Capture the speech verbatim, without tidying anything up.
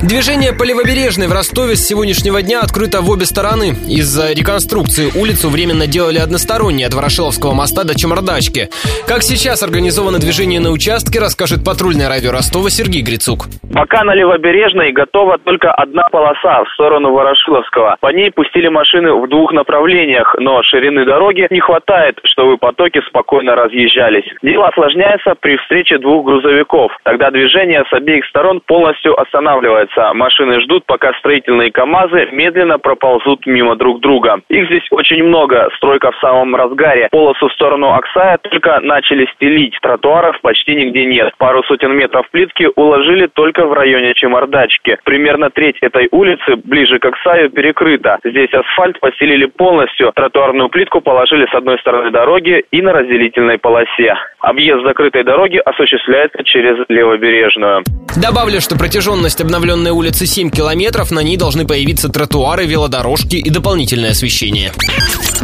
Движение по Левобережной в Ростове с сегодняшнего дня открыто в обе стороны. Из-за реконструкции улицу временно делали односторонней от Ворошиловского моста до Чемордачки. Как сейчас организовано движение на участке, расскажет патрульное радио Ростова Сергей Грицук. Пока на Левобережной готова только одна полоса в сторону Ворошиловского. По ней пустили машины в двух направлениях, но ширины дороги не хватает, чтобы потоки спокойно разъезжались. Дело осложняется при встрече двух грузовиков. Тогда движение с обеих сторон полностью останавливается. Машины ждут, пока строительные КАМАЗы медленно проползут мимо друг друга. Их здесь очень много, стройка в самом разгаре. Полосу в сторону Аксая только начали стелить, тротуаров почти нигде нет. Пару сотен метров плитки уложили только в районе Чемордачки. Примерно треть этой улицы, ближе к Аксаю, перекрыта. Здесь асфальт постелили полностью, тротуарную плитку положили с одной стороны дороги и на разделительной полосе. Объезд закрытой дороги осуществляется через Левобережную. Добавлю, что протяженность обновленной улицы семь километров, на ней должны появиться тротуары, велодорожки и дополнительное освещение.